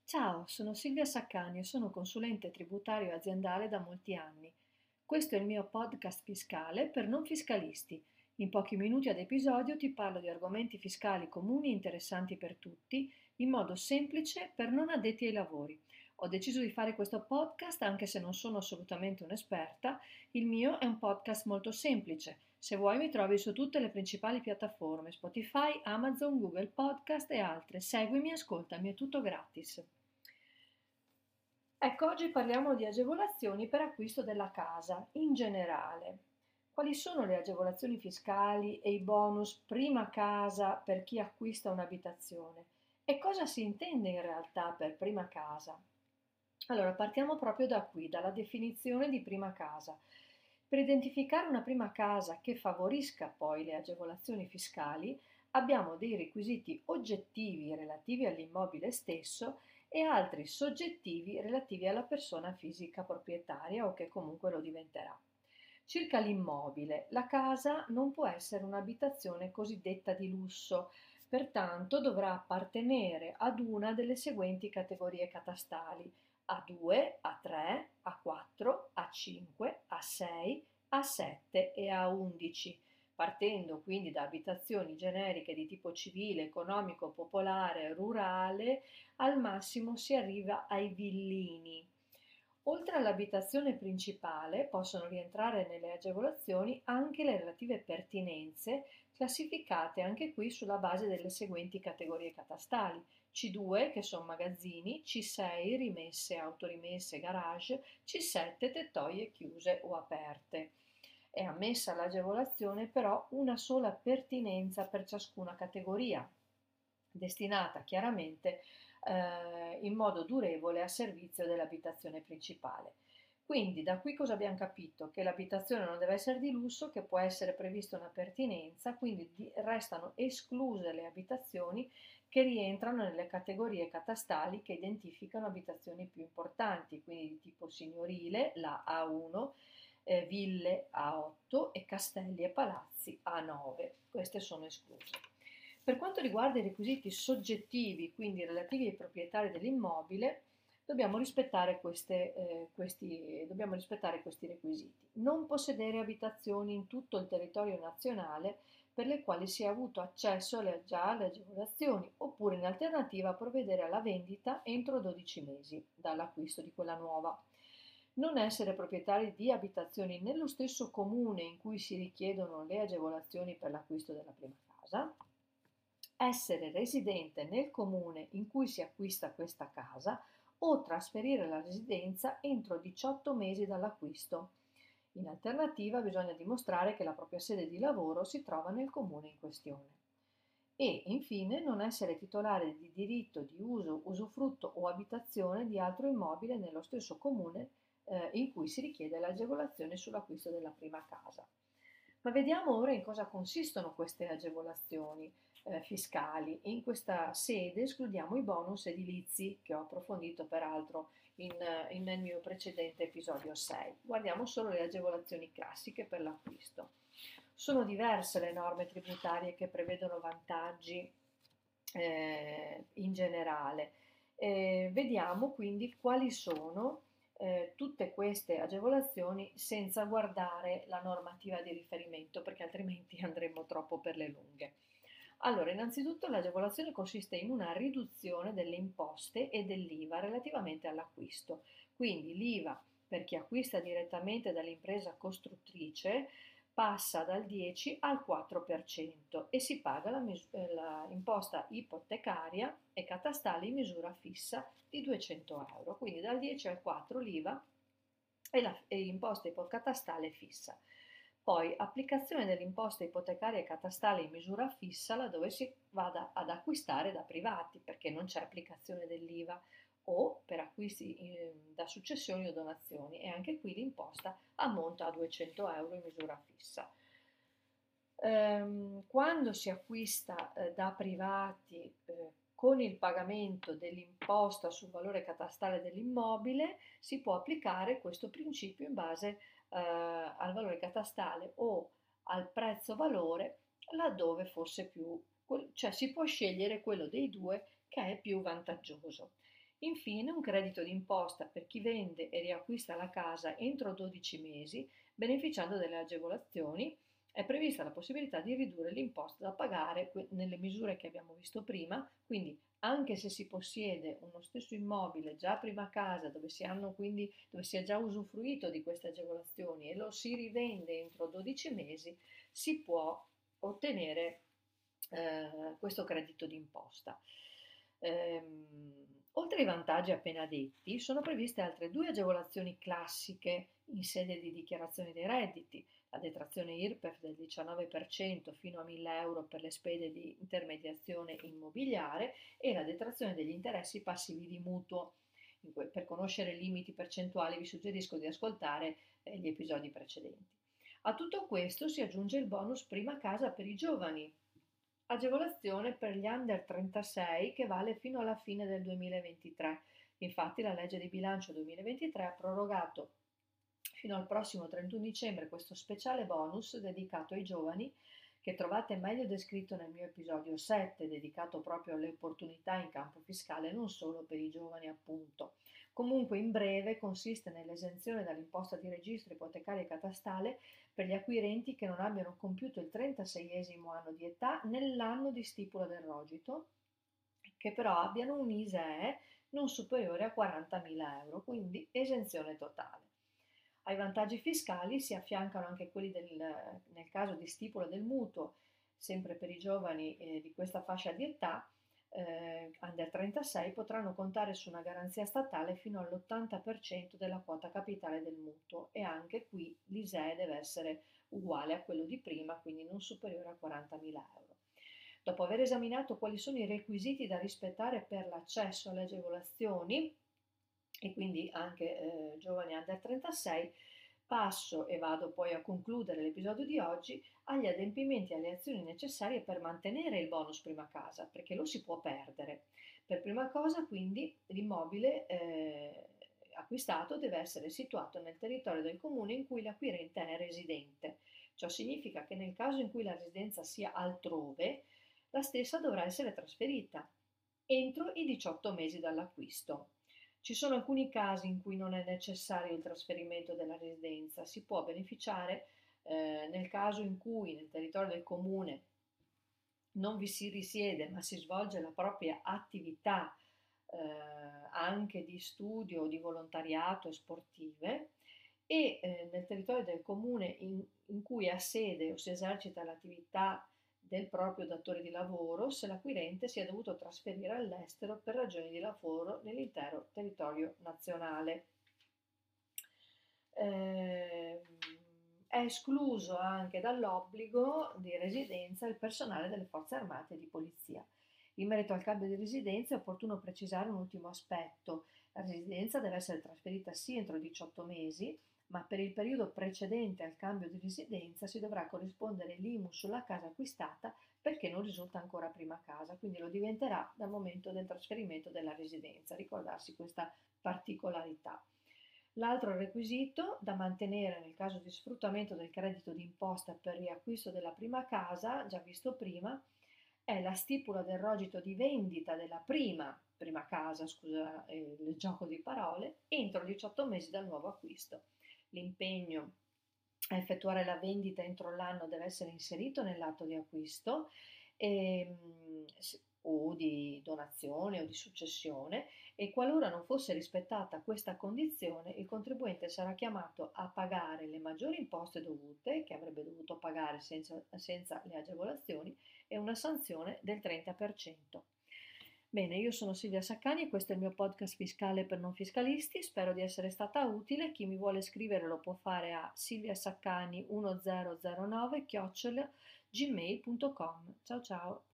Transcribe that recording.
Ciao, sono Silvia Saccani e sono consulente tributario aziendale da molti anni. Questo è il mio podcast fiscale per non fiscalisti. In pochi minuti ad episodio ti parlo di argomenti fiscali comuni e interessanti per tutti, in modo semplice per non addetti ai lavori. Ho deciso di fare questo podcast anche se non sono assolutamente un'esperta. Il mio è un podcast molto semplice. Se vuoi mi trovi su tutte le principali piattaforme, Spotify, Amazon, Google Podcast e altre. Seguimi e ascoltami, è tutto gratis. Ecco, oggi parliamo di agevolazioni per acquisto della casa in generale. Quali sono le agevolazioni fiscali e i bonus prima casa per chi acquista un'abitazione? E cosa si intende in realtà per prima casa? Allora, partiamo proprio da qui, dalla definizione di prima casa. Per identificare una prima casa che favorisca poi le agevolazioni fiscali, abbiamo dei requisiti oggettivi relativi all'immobile stesso e altri soggettivi relativi alla persona fisica proprietaria o che comunque lo diventerà. Circa l'immobile, la casa non può essere un'abitazione cosiddetta di lusso, pertanto dovrà appartenere ad una delle seguenti categorie catastali: A2, A3, A4, A5, A6, A7 e A11, partendo quindi da abitazioni generiche di tipo civile, economico, popolare, rurale, al massimo si arriva ai villini. Oltre all'abitazione principale possono rientrare nelle agevolazioni anche le relative pertinenze, classificate anche qui sulla base delle seguenti categorie catastali: C2 che sono magazzini, C6 rimesse, autorimesse, garage, C7 tettoie chiuse o aperte. È ammessa l'agevolazione però una sola pertinenza per ciascuna categoria, destinata chiaramente in modo durevole a servizio dell'abitazione principale. Quindi da qui cosa abbiamo capito? Che l'abitazione non deve essere di lusso, che può essere prevista una pertinenza, quindi restano escluse le abitazioni che rientrano nelle categorie catastali che identificano abitazioni più importanti, quindi di tipo signorile, la A1, ville A8 e castelli e palazzi A9. Queste sono escluse. Per quanto riguarda i requisiti soggettivi, quindi relativi ai proprietari dell'immobile, dobbiamo rispettare questi requisiti. Non possedere abitazioni in tutto il territorio nazionale per le quali si è avuto accesso già alle agevolazioni, oppure in alternativa provvedere alla vendita entro 12 mesi dall'acquisto di quella nuova. Non essere proprietari di abitazioni nello stesso comune in cui si richiedono le agevolazioni per l'acquisto della prima casa, essere residente nel comune in cui si acquista questa casa o trasferire la residenza entro 18 mesi dall'acquisto. In alternativa bisogna dimostrare che la propria sede di lavoro si trova nel comune in questione. E infine non essere titolare di diritto di uso, usufrutto o abitazione di altro immobile nello stesso comune in cui si richiede l'agevolazione sull'acquisto della prima casa. Ma vediamo ora in cosa consistono queste agevolazioni fiscali. In questa sede escludiamo i bonus edilizi, che ho approfondito peraltro nel mio precedente episodio 6. Guardiamo solo le agevolazioni classiche per l'acquisto. Sono diverse le norme tributarie che prevedono vantaggi in generale. Vediamo quindi quali sono tutte queste agevolazioni senza guardare la normativa di riferimento, perché altrimenti andremo troppo per le lunghe. Allora, innanzitutto l'agevolazione consiste in una riduzione delle imposte e dell'IVA relativamente all'acquisto. Quindi l'IVA per chi acquista direttamente dall'impresa costruttrice passa dal 10 al 4% e si paga la imposta ipotecaria e catastale in misura fissa di 200 euro. Quindi dal 10 al 4 l'IVA e l'imposta catastale fissa. Poi applicazione dell'imposta ipotecaria e catastale in misura fissa laddove si vada ad acquistare da privati, perché non c'è applicazione dell'IVA, o per acquisti da successioni o donazioni, e anche qui l'imposta ammonta a 200 euro in misura fissa. Quando si acquista da privati con il pagamento dell'imposta sul valore catastale dell'immobile, si può applicare questo principio in base al valore catastale o al prezzo valore, laddove fosse più, cioè si può scegliere quello dei due che è più vantaggioso. Infine, un credito d'imposta per chi vende e riacquista la casa entro 12 mesi, beneficiando delle agevolazioni. È prevista la possibilità di ridurre l'imposta da pagare nelle misure che abbiamo visto prima, quindi anche se si possiede uno stesso immobile già prima casa dove si è già usufruito di queste agevolazioni e lo si rivende entro 12 mesi, si può ottenere questo credito d'imposta. Oltre ai vantaggi appena detti, sono previste altre due agevolazioni classiche in sede di dichiarazione dei redditi: la detrazione IRPEF del 19% fino a 1.000 euro per le spese di intermediazione immobiliare e la detrazione degli interessi passivi di mutuo. Per conoscere limiti percentuali vi suggerisco di ascoltare gli episodi precedenti. A tutto questo si aggiunge il bonus prima casa per i giovani, agevolazione per gli under 36 che vale fino alla fine del 2023. Infatti la legge di bilancio 2023 ha prorogato fino al prossimo 31 dicembre questo speciale bonus dedicato ai giovani, che trovate meglio descritto nel mio episodio 7, dedicato proprio alle opportunità in campo fiscale, non solo per i giovani appunto. Comunque, in breve, consiste nell'esenzione dall'imposta di registro ipotecaria e catastale per gli acquirenti che non abbiano compiuto il 36esimo anno di età nell'anno di stipula del rogito, che però abbiano un ISEE non superiore a 40.000 euro, quindi esenzione totale. Ai vantaggi fiscali si affiancano anche quelli nel caso di stipula del mutuo, sempre per i giovani di questa fascia di età, under 36, potranno contare su una garanzia statale fino all'80% della quota capitale del mutuo, e anche qui l'ISEE deve essere uguale a quello di prima, quindi non superiore a 40.000 euro. Dopo aver esaminato quali sono i requisiti da rispettare per l'accesso alle agevolazioni, e quindi anche giovani under 36, passo e vado poi a concludere l'episodio di oggi agli adempimenti e alle azioni necessarie per mantenere il bonus prima casa, perché lo si può perdere. Per prima cosa, quindi, l'immobile acquistato deve essere situato nel territorio del comune in cui l'acquirente è residente. Ciò significa che nel caso in cui la residenza sia altrove, la stessa dovrà essere trasferita entro i 18 mesi dall'acquisto. Ci sono alcuni casi in cui non è necessario il trasferimento della residenza. Si può beneficiare nel caso in cui nel territorio del comune non vi si risiede, ma si svolge la propria attività anche di studio, di volontariato e sportive, e nel territorio del comune in cui ha sede o si esercita l'attività del proprio datore di lavoro, se l'acquirente si è dovuto trasferire all'estero per ragioni di lavoro nell'intero territorio nazionale. È escluso anche dall'obbligo di residenza il personale delle forze armate e di polizia. In merito al cambio di residenza è opportuno precisare un ultimo aspetto: la residenza deve essere trasferita sì entro 18 mesi, ma per il periodo precedente al cambio di residenza si dovrà corrispondere l'IMU sulla casa acquistata, perché non risulta ancora prima casa, quindi lo diventerà dal momento del trasferimento della residenza. Ricordarsi questa particolarità. L'altro requisito da mantenere nel caso di sfruttamento del credito d'imposta per riacquisto della prima casa, già visto prima, è la stipula del rogito di vendita della prima casa, scusa il gioco di parole, entro 18 mesi dal nuovo acquisto. L'impegno a effettuare la vendita entro l'anno deve essere inserito nell'atto di acquisto o di donazione o di successione, e qualora non fosse rispettata questa condizione, il contribuente sarà chiamato a pagare le maggiori imposte dovute, che avrebbe dovuto pagare senza le agevolazioni, e una sanzione del 30%. Bene, io sono Silvia Saccani e questo è il mio podcast fiscale per non fiscalisti. Spero di essere stata utile. Chi mi vuole scrivere lo può fare a silviasaccani1009@gmail.com. Ciao ciao!